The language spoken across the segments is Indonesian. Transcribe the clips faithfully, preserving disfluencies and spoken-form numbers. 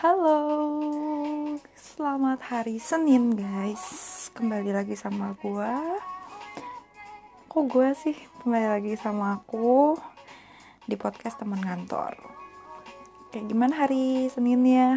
Halo, selamat hari Senin guys. Kembali lagi sama gua. Kok gua sih kembali lagi sama aku di podcast teman kantor. Kayak gimana hari Seninnya?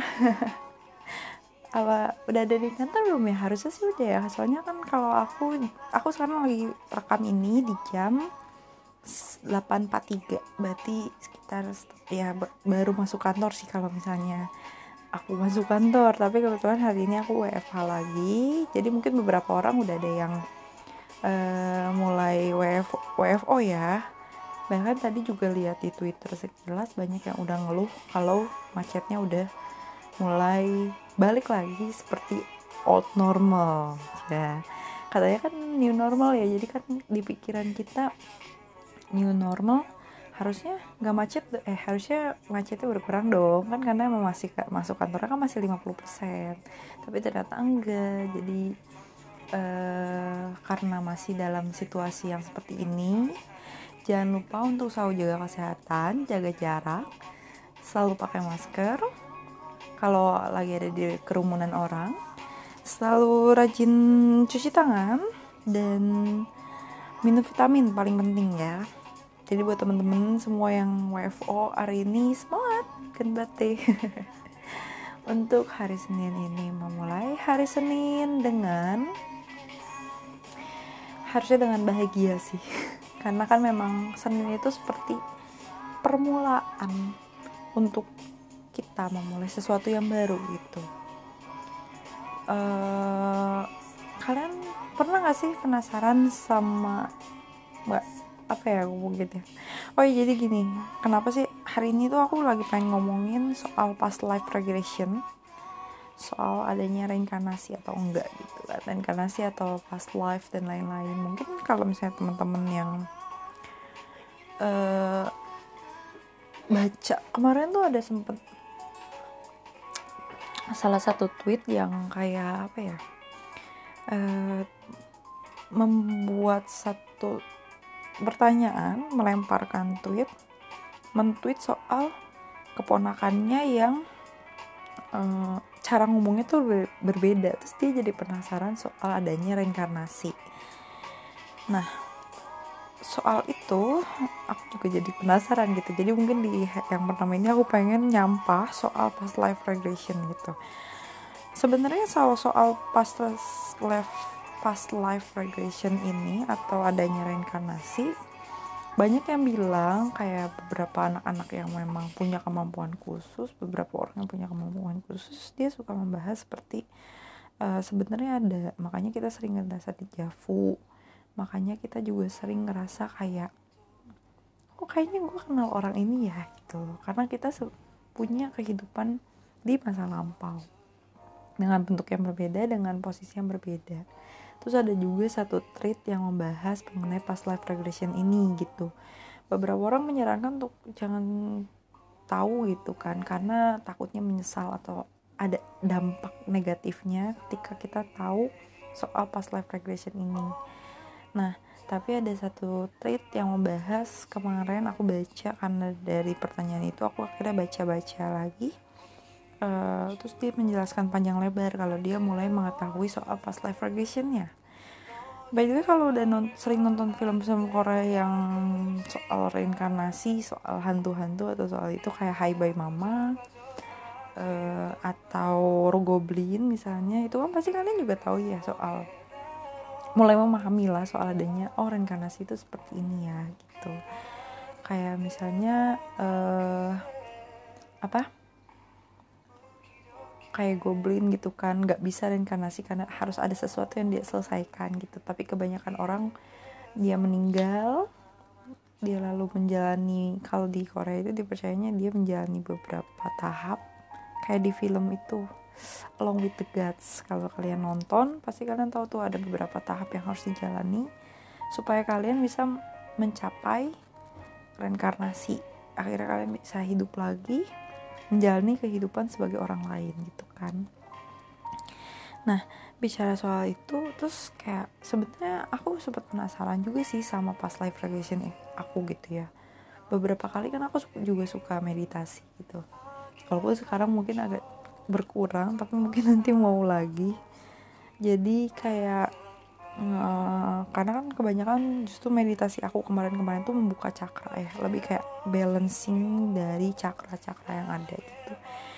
Apa udah ada di kantor belum ya? Harusnya sih udah ya. Soalnya kan kalau aku aku sekarang lagi rekam ini di jam delapan empat puluh tiga. Berarti sekitar ya baru masuk kantor sih kalau misalnya aku masuk kantor. Tapi kebetulan hari ini aku W F H lagi, jadi mungkin beberapa orang udah ada yang uh, mulai W F, W F O ya. Bahkan tadi juga lihat di Twitter sekilas banyak yang udah ngeluh kalau macetnya udah mulai balik lagi seperti old normal ya. Katanya kan new normal ya, jadi kan di pikiran kita new normal harusnya nggak macet, eh harusnya macetnya berkurang dong kan, karena emang masih masuk kantornya kan masih lima puluh persen, tapi ternyata enggak. Jadi eh, karena masih dalam situasi yang seperti ini, jangan lupa untuk selalu jaga kesehatan, jaga jarak, selalu pakai masker kalau lagi ada di kerumunan orang, selalu rajin cuci tangan, dan minum vitamin paling penting ya. Jadi buat teman-teman semua yang W F O hari ini, semangat kan bate. Untuk hari Senin ini, memulai hari Senin dengan harusnya dengan bahagia sih. Karena kan memang Senin itu seperti permulaan untuk kita memulai sesuatu yang baru gitu. Uh, kalian pernah gak sih penasaran sama mbak apa ya ngomong gitu ya? Oh iya, jadi gini, kenapa sih hari ini tuh aku lagi pengen ngomongin soal past life regression, soal adanya reinkarnasi atau enggak gitu kan, reinkarnasi atau past life dan lain-lain. Mungkin kalau misalnya teman-teman yang uh, baca kemarin tuh ada sempet salah satu tweet yang kayak apa ya, uh, membuat satu pertanyaan, melemparkan tweet, men-tweet soal keponakannya yang um, cara ngomongnya tuh berbeda. Terus dia jadi penasaran soal adanya reinkarnasi. Nah, soal itu aku juga jadi penasaran gitu. Jadi mungkin di yang pertama ini aku pengen nyampah soal past life regression gitu. Sebenarnya soal soal past life past life regression ini atau adanya reinkarnasi, banyak yang bilang kayak beberapa anak-anak yang memang punya kemampuan khusus, beberapa orang yang punya kemampuan khusus, dia suka membahas seperti uh, sebenarnya ada, makanya kita sering ngerasa dejavu, makanya kita juga sering ngerasa kayak kok kayaknya gue kenal orang ini ya gitu, karena kita punya kehidupan di masa lampau dengan bentuk yang berbeda, dengan posisi yang berbeda. Terus ada juga satu thread yang membahas mengenai past life regression ini gitu. Beberapa orang menyarankan untuk jangan tahu gitu kan, karena takutnya menyesal atau ada dampak negatifnya ketika kita tahu soal past life regression ini. Nah, tapi ada satu thread yang membahas, kemarin aku baca karena dari pertanyaan itu aku akhirnya baca-baca lagi. Uh, terus dia menjelaskan panjang lebar kalau dia mulai mengetahui soal past life regression-nya. By the way, kalau udah non- sering nonton film-film Korea yang soal reinkarnasi, soal hantu-hantu atau soal itu kayak Hi Bye Mama uh, atau Goblin misalnya, itu kan pasti kalian juga tahu ya soal, mulai memahami lah soal adanya oh reinkarnasi itu seperti ini ya gitu. Kayak misalnya uh, apa kayak Goblin gitu kan, nggak bisa reinkarnasi karena harus ada sesuatu yang dia selesaikan gitu. Tapi kebanyakan orang dia meninggal, dia lalu menjalani, kalau di Korea itu dipercayanya dia menjalani beberapa tahap kayak di film itu Along with the Gods. Kalau kalian nonton pasti kalian tahu tuh ada beberapa tahap yang harus dijalani supaya kalian bisa mencapai reinkarnasi. Akhirnya kalian bisa hidup lagi, menjalani kehidupan sebagai orang lain gitu kan. Nah, bicara soal itu, terus kayak sebenarnya aku sempat penasaran juga sih sama past life regression aku gitu ya. Beberapa kali kan aku juga suka meditasi gitu. Walaupun sekarang mungkin agak berkurang, tapi mungkin nanti mau lagi. Jadi kayak uh, karena kan kebanyakan justru meditasi aku kemarin-kemarin tuh membuka cakra ya, lebih kayak balancing dari cakra-cakra yang ada gitu.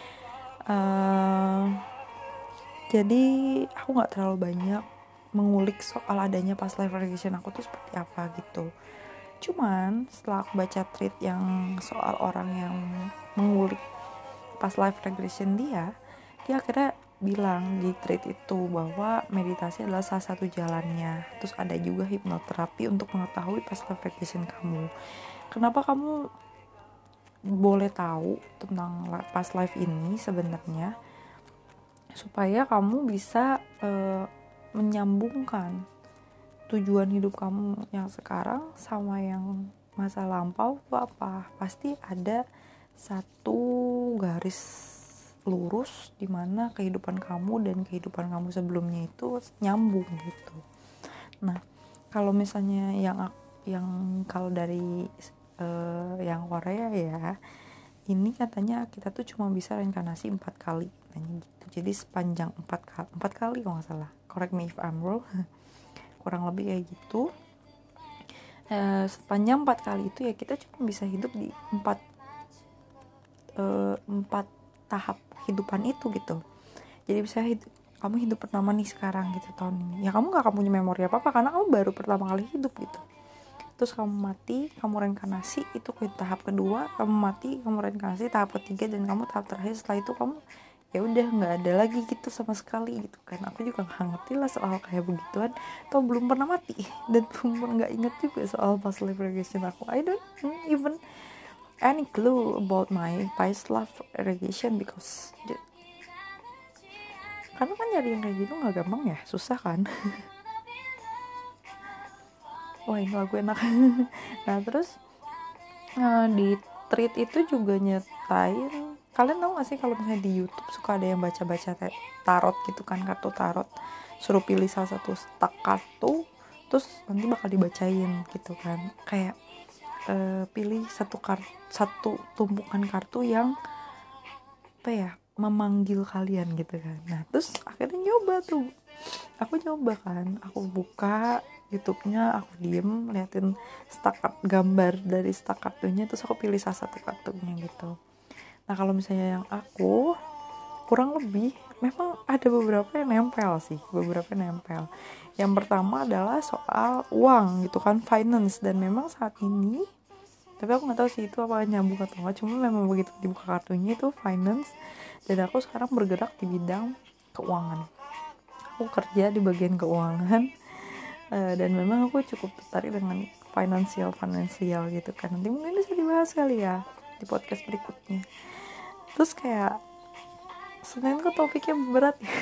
Uh, jadi aku nggak terlalu banyak mengulik soal adanya past life regression aku tuh seperti apa gitu. Cuman setelah aku baca tweet yang soal orang yang mengulik past life regression dia, dia akhirnya bilang di tweet itu bahwa meditasi adalah salah satu jalannya. Terus ada juga hipnoterapi untuk mengetahui past life regression kamu. Kenapa kamu boleh tahu tentang past life ini sebenarnya? Supaya kamu bisa uh, menyambungkan tujuan hidup kamu yang sekarang sama yang masa lampau itu apa? Pasti ada satu garis lurus di mana kehidupan kamu dan kehidupan kamu sebelumnya itu nyambung gitu. Nah, kalau misalnya yang yang kalau dari uh, yang Korea ya, ini katanya kita tuh cuma bisa reinkarnasi empat kali, katanya gitu. Jadi sepanjang empat kali, empat kali kalau nggak salah. Correct me if I'm wrong. Kurang lebih kayak gitu. Uh, sepanjang empat kali itu ya kita cuma bisa hidup di empat uh, empat tahap kehidupan itu gitu. Jadi bisa hidup, kamu hidup pertama nih sekarang gitu tahun ini, ya kamu gak akan punya memori apa apa karena kamu baru pertama kali hidup gitu. Terus kamu mati, kamu reinkarnasi, itu ke tahap kedua, kamu mati, kamu reinkarnasi tahap ketiga, dan kamu tahap terakhir setelah itu kamu ya udah nggak ada lagi gitu sama sekali gitu kan. Aku juga nggak ngerti lah soal kayak begituan, atau belum pernah mati dan belum nggak inget juga soal past life regression aku. I don't even any clue about my past life regression because karena kan nyari yang kayak gitu nggak gampang ya, susah kan. Wah ini lagu enak. Nah terus nah, di tweet itu juga nyetain, kalian tahu nggak sih kalau misalnya di YouTube suka ada yang baca-baca tarot gitu kan, kartu tarot, suruh pilih salah satu stak kartu terus nanti bakal dibacain gitu kan, kayak uh, pilih satu kartu, satu tumpukan kartu yang apa ya, memanggil kalian gitu kan. Nah terus akhirnya nyoba tuh, aku nyoba kan, aku buka YouTube-nya, aku diem liatin stak gambar dari stak kartunya, terus aku pilih salah satu kartunya gitu. Nah kalau misalnya yang aku kurang lebih memang ada beberapa yang nempel sih, beberapa yang nempel. Yang pertama adalah soal uang gitu kan, finance, dan memang saat ini, tapi aku nggak tahu sih itu apa nyambung atau nggak, cuma memang begitu dibuka kartunya itu finance, dan aku sekarang bergerak di bidang keuangan. Aku kerja di bagian keuangan, uh, dan memang aku cukup tertarik dengan finansial finansial gitu kan. Nanti mungkin bisa dibahas kali ya di podcast berikutnya. Terus kayak Senin kok topiknya berat ya.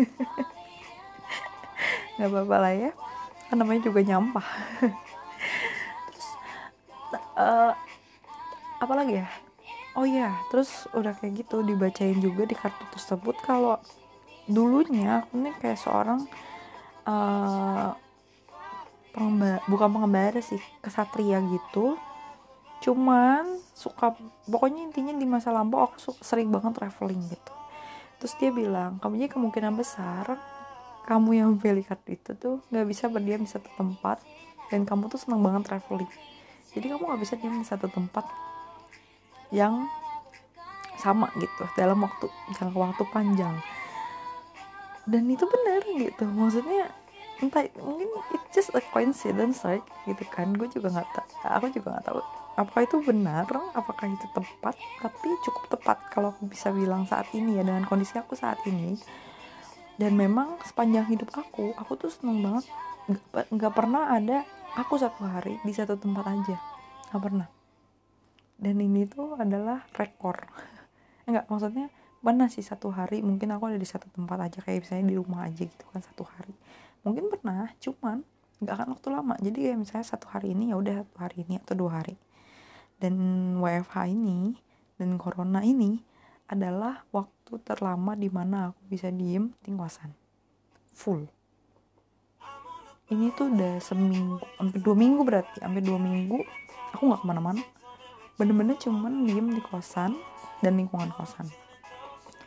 Nggak apa-apa lah ya, kan namanya juga nyampah. Terus uh, apa lagi ya, oh iya, terus udah kayak gitu dibacain juga di kartu tersebut kalau dulunya aku nih kayak seorang uh, pengembara, bukan pengembara sih, kesatria gitu. Cuman suka, pokoknya intinya di masa lampau aku suka, sering banget traveling gitu. Terus dia bilang, kamu nya kemungkinan besar kamu yang pilih kartu itu tuh nggak bisa berdiam di satu tempat, dan kamu tuh senang banget traveling. Jadi kamu nggak bisa diam di satu tempat yang sama gitu dalam waktu jangka waktu panjang. Dan itu benar gitu, maksudnya entah, mungkin it's just a coincidence right gitu kan. Gue juga nggak tahu, aku juga nggak tahu apakah itu benar, apakah itu tepat, tapi cukup tepat kalau aku bisa bilang saat ini ya, dengan kondisi aku saat ini. Dan memang sepanjang hidup aku aku tuh seneng banget, nggak, nggak pernah ada aku satu hari di satu tempat aja, nggak pernah. Dan ini tuh adalah rekor. Enggak, maksudnya pernah sih satu hari mungkin aku ada di satu tempat aja, kayak misalnya di rumah aja gitu kan, satu hari mungkin pernah, cuman nggak akan waktu lama. Jadi kayak misalnya satu hari ini ya udah satu hari ini atau dua hari. Dan W F H ini dan corona ini adalah waktu terlama di mana aku bisa diem di kosan full. Ini tuh udah seminggu, hampir dua minggu berarti, hampir dua minggu aku nggak kemana-mana, bener-bener cuman diem di kosan dan lingkungan kosan.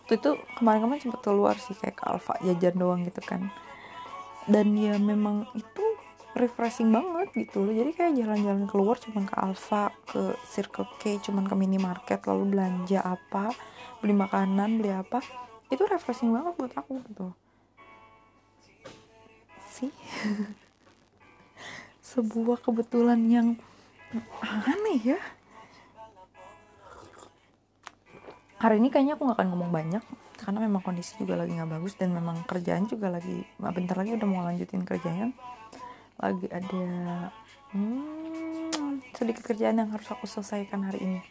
Waktu itu kemarin-kemarin sempat keluar sih kayak ke Alfa jajan doang gitu kan, dan ya memang itu refreshing banget gitu loh. Jadi kayak jalan-jalan keluar cuman ke Alfa, ke Circle K, cuman ke minimarket, lalu belanja apa, beli makanan, beli apa, itu refreshing banget buat aku gitu sih. Sebuah kebetulan yang aneh ya. Hari ini kayaknya aku gak akan ngomong banyak karena memang kondisi juga lagi gak bagus, dan memang kerjaan juga lagi, bentar lagi udah mau lanjutin kerjaan, lagi ada hmm, sedikit kerjaan yang harus aku selesaikan hari ini.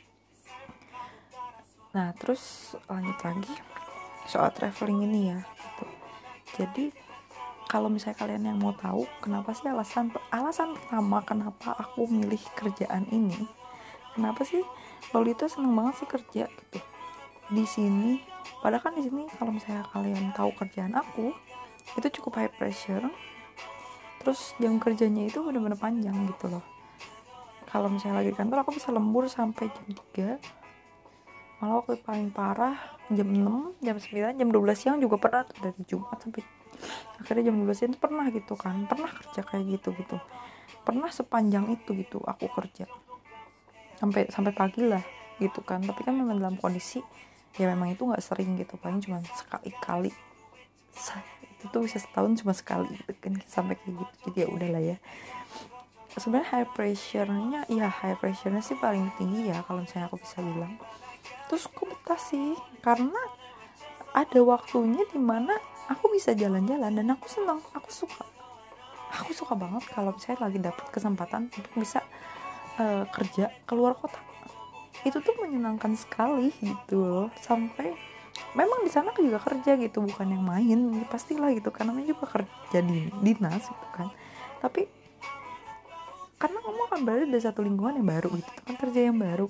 Nah terus lanjut lagi soal traveling ini ya gitu. Jadi kalau misalnya kalian yang mau tahu kenapa sih alasan alasan pertama kenapa aku milih kerjaan ini, kenapa sih Lolita seneng banget sih kerja gitu di sini. Padahal kan di sini kalau misalnya kalian tahu kerjaan aku itu cukup high pressure, terus jam kerjanya itu benar-benar panjang gitu loh. Kalau misalnya lagi di kantor aku bisa lembur sampai jam tiga, malah waktu paling parah jam enam, jam sembilan, jam dua belas siang juga pernah tuh, dari Jumat sampai akhirnya jam dua belas siang itu pernah gitu kan, pernah kerja kayak gitu gitu, pernah sepanjang itu gitu aku kerja sampai sampai pagi lah gitu kan. Tapi kan memang dalam kondisi ya memang itu nggak sering gitu, paling cuma sekali-kali, itu tuh bisa setahun cuma sekali gitu kan sampai kayak gitu. Jadi ya udahlah ya, sebenarnya high pressure-nya ya high pressure-nya sih paling tinggi ya kalau misalnya aku bisa bilang. Terus aku betah sih karena ada waktunya dimana aku bisa jalan-jalan dan aku senang, aku suka aku suka banget kalau misalnya lagi dapat kesempatan untuk bisa uh, kerja keluar kota. Itu tuh menyenangkan sekali gitu loh. Sampai memang di sana aku juga kerja gitu, bukan yang main ya, pastilah gitu karena namanya juga kerja di dinas gitu kan. Tapi karena kamu akan berada di satu lingkungan yang baru gitu kan, kerja yang baru,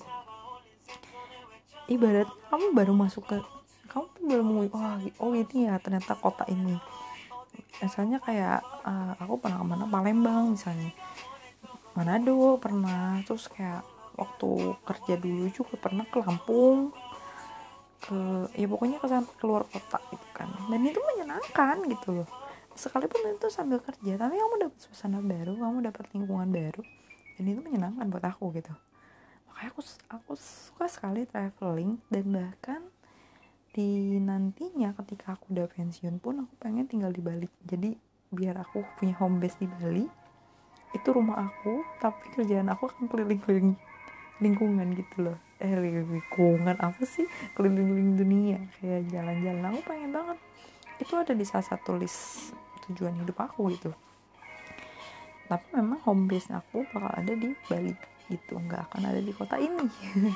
ibarat kamu baru masuk ke, kamu tuh baru mau oh, oh ini ya ternyata kota ini. Misalnya kayak uh, aku pernah kemana, Palembang misalnya, Manado pernah, terus kayak waktu kerja dulu juga pernah ke Lampung, ke ya pokoknya ke keluar kota gitu kan, dan itu menyenangkan gitu loh. Sekalipun itu sambil kerja, tapi kamu dapat suasana baru, kamu dapat lingkungan baru, dan itu menyenangkan buat aku gitu. Makanya aku aku suka sekali traveling, dan bahkan di nantinya ketika aku udah pensiun pun aku pengen tinggal di Bali. Jadi biar aku punya home base di Bali, itu rumah aku, tapi kerjaan aku akan keliling-keliling lingkungan gitu loh. Eh lingkungan apa sih, keliling-keliling dunia, kayak jalan-jalan. Aku pengen banget itu ada di salah satu list tujuan hidup aku gitu. Tapi memang home base aku bakal ada di Bali gitu, nggak akan ada di kota ini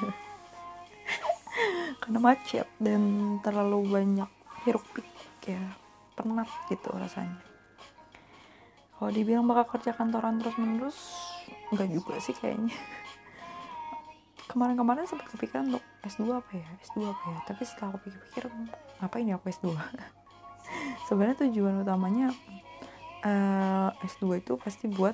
karena macet dan terlalu banyak hiruk pikuk ya, penat gitu rasanya. Kalau dibilang bakal kerja kantoran terus menerus, enggak juga sih kayaknya. Kemarin-kemarin sempat kepikiran untuk S dua apa ya, S dua apa ya, tapi setelah aku pikir-pikir, ngapain ya aku S dua? Sebenarnya tujuan utamanya uh, S dua itu pasti buat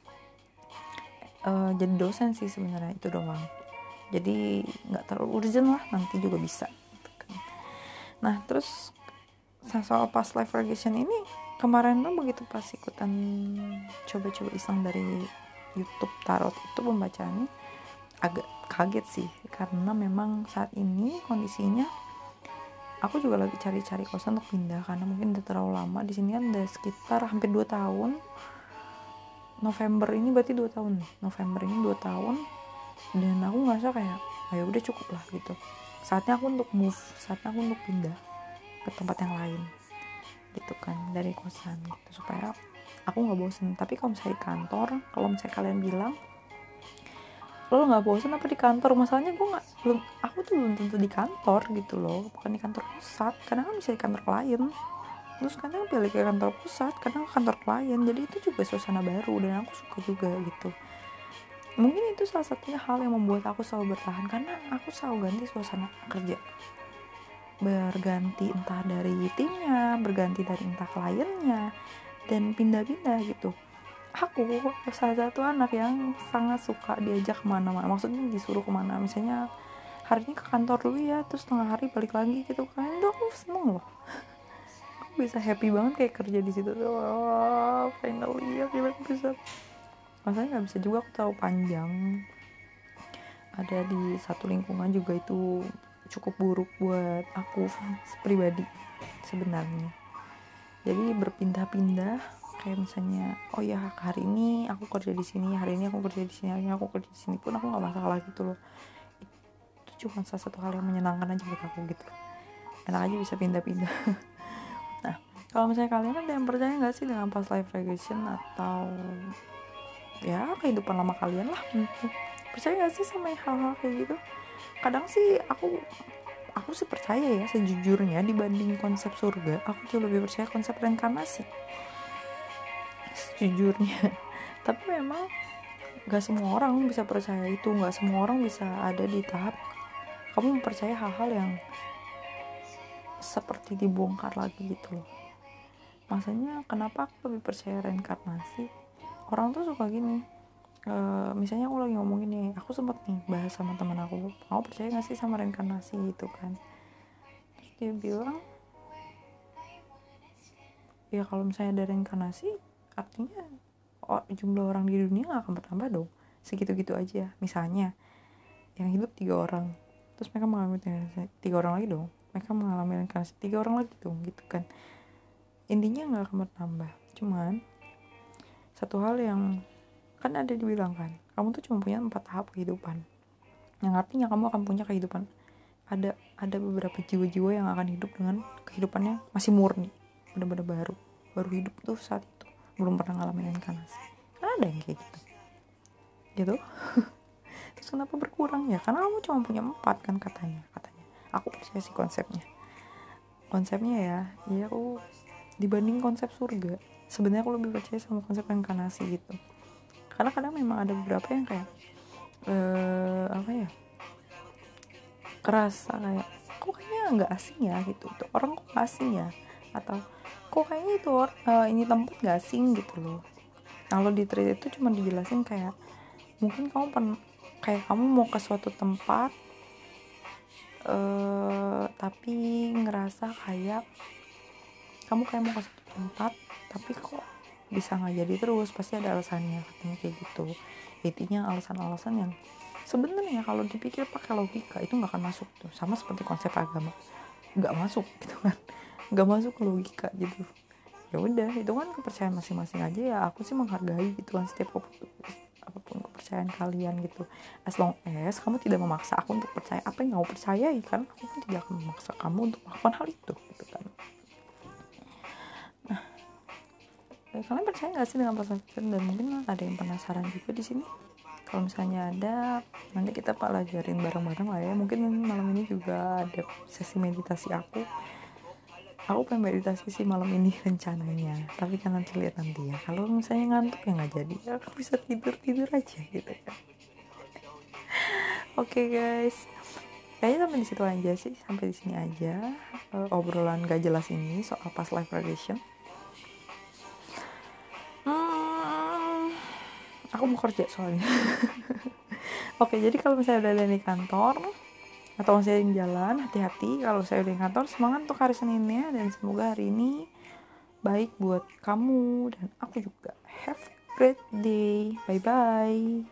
uh, jadi dosen sih sebenarnya, itu doang. Jadi nggak terlalu urgent lah, nanti juga bisa. Nah terus soal past life regression ini, kemarin tuh begitu pas ikutan coba-coba iseng dari YouTube tarot itu pembacaannya, agak kaget sih karena memang saat ini kondisinya aku juga lagi cari-cari kosan untuk pindah karena mungkin udah terlalu lama di sini kan, udah sekitar hampir dua tahun. November ini berarti dua tahun nih. November ini dua tahun, dan aku ngerasa kayak ayo udah cukup lah gitu. Saatnya aku untuk move, saatnya aku untuk pindah ke tempat yang lain gitu kan, dari kosan gitu, supaya aku nggak bosen. Tapi kalau misalnya di kantor, kalau misalnya kalian bilang lo nggak bosen apa di kantor, masalahnya gue nggak, belum, aku tuh belum tentu di kantor gitu loh, bukan di kantor pusat. Kadang kan bisa di kantor klien, terus kadang pilih ke kantor pusat, kadang ke kantor klien, jadi itu juga suasana baru dan aku suka juga gitu. Mungkin itu salah satunya hal yang membuat aku selalu bertahan, karena aku selalu ganti suasana kerja, berganti entah dari timnya, berganti dari entah kliennya, dan pindah-pindah gitu. Aku salah satu anak yang sangat suka diajak kemana-mana, maksudnya disuruh kemana, misalnya hari ini ke kantor dulu ya, terus setengah hari balik lagi gitu kan. Itu aku seneng loh, aku bisa happy banget kayak kerja di situ tuh. Oh, finally akhirnya aku bisa. Masalahnya nggak bisa juga aku terlalu panjang ada di satu lingkungan juga, itu cukup buruk buat aku pribadi sebenarnya. Jadi berpindah-pindah, kayak misalnya oh ya hari ini aku kerja di sini, hari ini aku kerja di sini, hari ini aku kerja di sini pun aku nggak masalah gitu loh. Itu cuma salah satu hal yang menyenangkan aja buat aku gitu, enak aja bisa pindah-pindah. Nah kalau misalnya kalian ada yang percaya nggak sih dengan past life regression atau ya kehidupan lama kalian lah, percaya nggak sih sama hal-hal kayak gitu? Kadang sih aku aku sih percaya ya, sejujurnya dibanding konsep surga aku jauh lebih percaya konsep reinkarnasi sejujurnya. Tapi memang gak semua orang bisa percaya itu, gak semua orang bisa ada di tahap kamu mempercayai hal-hal yang seperti dibongkar lagi gitu loh. Makanya kenapa aku lebih percaya reinkarnasi, orang tuh suka gini, Uh, misalnya aku lagi ngomongin nih, aku sempet nih bahas sama teman aku, kamu percaya gak sih sama reinkarnasi gitu kan. Terus dia bilang ya kalau misalnya ada reinkarnasi artinya oh, jumlah orang di dunia gak akan bertambah dong, segitu-gitu aja. Misalnya yang hidup tiga orang, terus mereka mengalami tiga orang lagi dong, mereka mengalami reinkarnasi tiga orang lagi dong gitu kan. Intinya gak akan bertambah. Cuman satu hal yang kan ada dibilang kan, kamu tuh cuma punya empat tahap kehidupan, yang artinya kamu akan punya kehidupan, ada ada beberapa jiwa-jiwa yang akan hidup dengan kehidupannya masih murni, benar-benar baru baru hidup tuh saat itu, belum pernah ngalamin reinkarnasi. Kan ada yang kayak gitu gitu. Terus kenapa berkurang ya, karena kamu cuma punya empat kan katanya katanya aku percaya sih konsepnya konsepnya ya ya aku dibanding konsep surga sebenarnya aku lebih percaya sama konsep reinkarnasi gitu. Karena kadang memang ada beberapa yang kayak uh, apa ya, kerasa kayak kok kayaknya nggak asing ya gitu, tuh orang kok asing ya, atau kok kayaknya itu orang uh, ini tempat nggak asing gitu loh. Kalau di trade itu cuma dijelasin kayak mungkin kamu pen kayak kamu mau ke suatu tempat uh, tapi ngerasa kayak kamu kayak mau ke suatu tempat tapi kok bisa nggak jadi terus, pasti ada alasannya katanya kayak gitu. Intinya alasan-alasan yang sebenarnya kalau dipikir pakai logika itu nggak akan masuk tuh, sama seperti konsep agama nggak masuk gitu kan, nggak masuk ke logika gitu. Ya udah itu kan kepercayaan masing-masing aja ya, aku sih menghargai gitu kan setiap apapun kepercayaan kalian gitu, as long as kamu tidak memaksa aku untuk percaya apa yang kamu percayai, kan aku pun tidak akan memaksa kamu untuk melakukan hal itu gitu kan. Kalian percaya nggak sih dengan pasal fikir? Dan mungkin ada yang penasaran juga di sini. Kalau misalnya ada, nanti kita pelajarin bareng-bareng lah ya. Mungkin malam ini juga ada sesi meditasi aku. Aku pengen meditasi sih malam ini rencananya. Tapi kan nanti lihat nanti ya. Kalau misalnya ngantuk ya nggak jadi. Ya aku bisa tidur tidur aja gitu ya. Oke okay, guys. Kayaknya sampai di situ aja sih. Sampai di sini aja uh, obrolan gak jelas ini soal past life regression. Aku mau kerja soalnya. Oke, jadi kalau misalnya udah ada di kantor atau masih ada di jalan, hati-hati. Kalau saya udah di kantor, semangat untuk hari Seninnya, dan semoga hari ini baik buat kamu dan aku juga. Have a great day. Bye bye.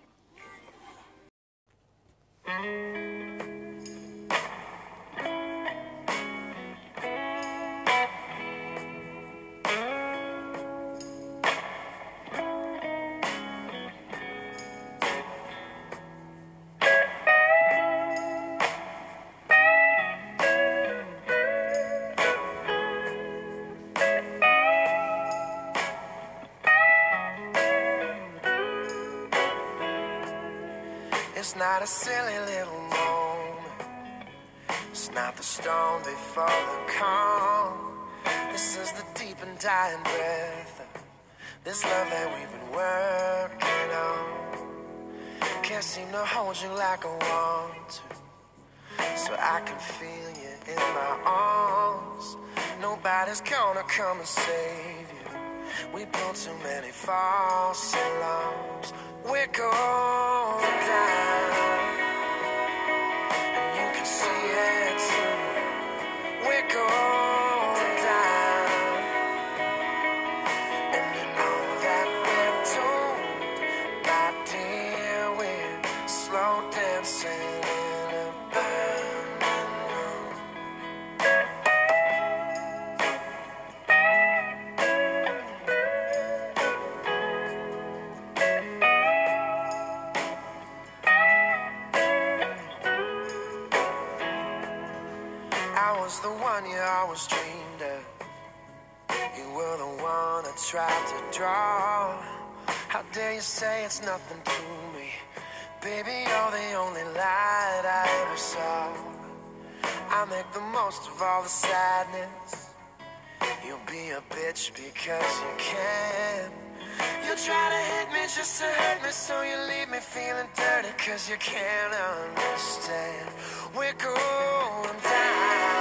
It's not a silly little moment. It's not the storm before the calm. This is the deep and dying breath of this love that we've been working on. Can't seem to hold you like I want to, so I can feel you in my arms. Nobody's gonna come and save you. We built too many false alarms. We're going down, and you always dreamed of. You were the one I tried to draw. How dare you say it's nothing to me? Baby, you're the only light I ever saw. I make the most of all the sadness. You'll be a bitch because you can. You try to hit me just to hurt me, so you leave me feeling dirty, cause you can't understand. We're going down.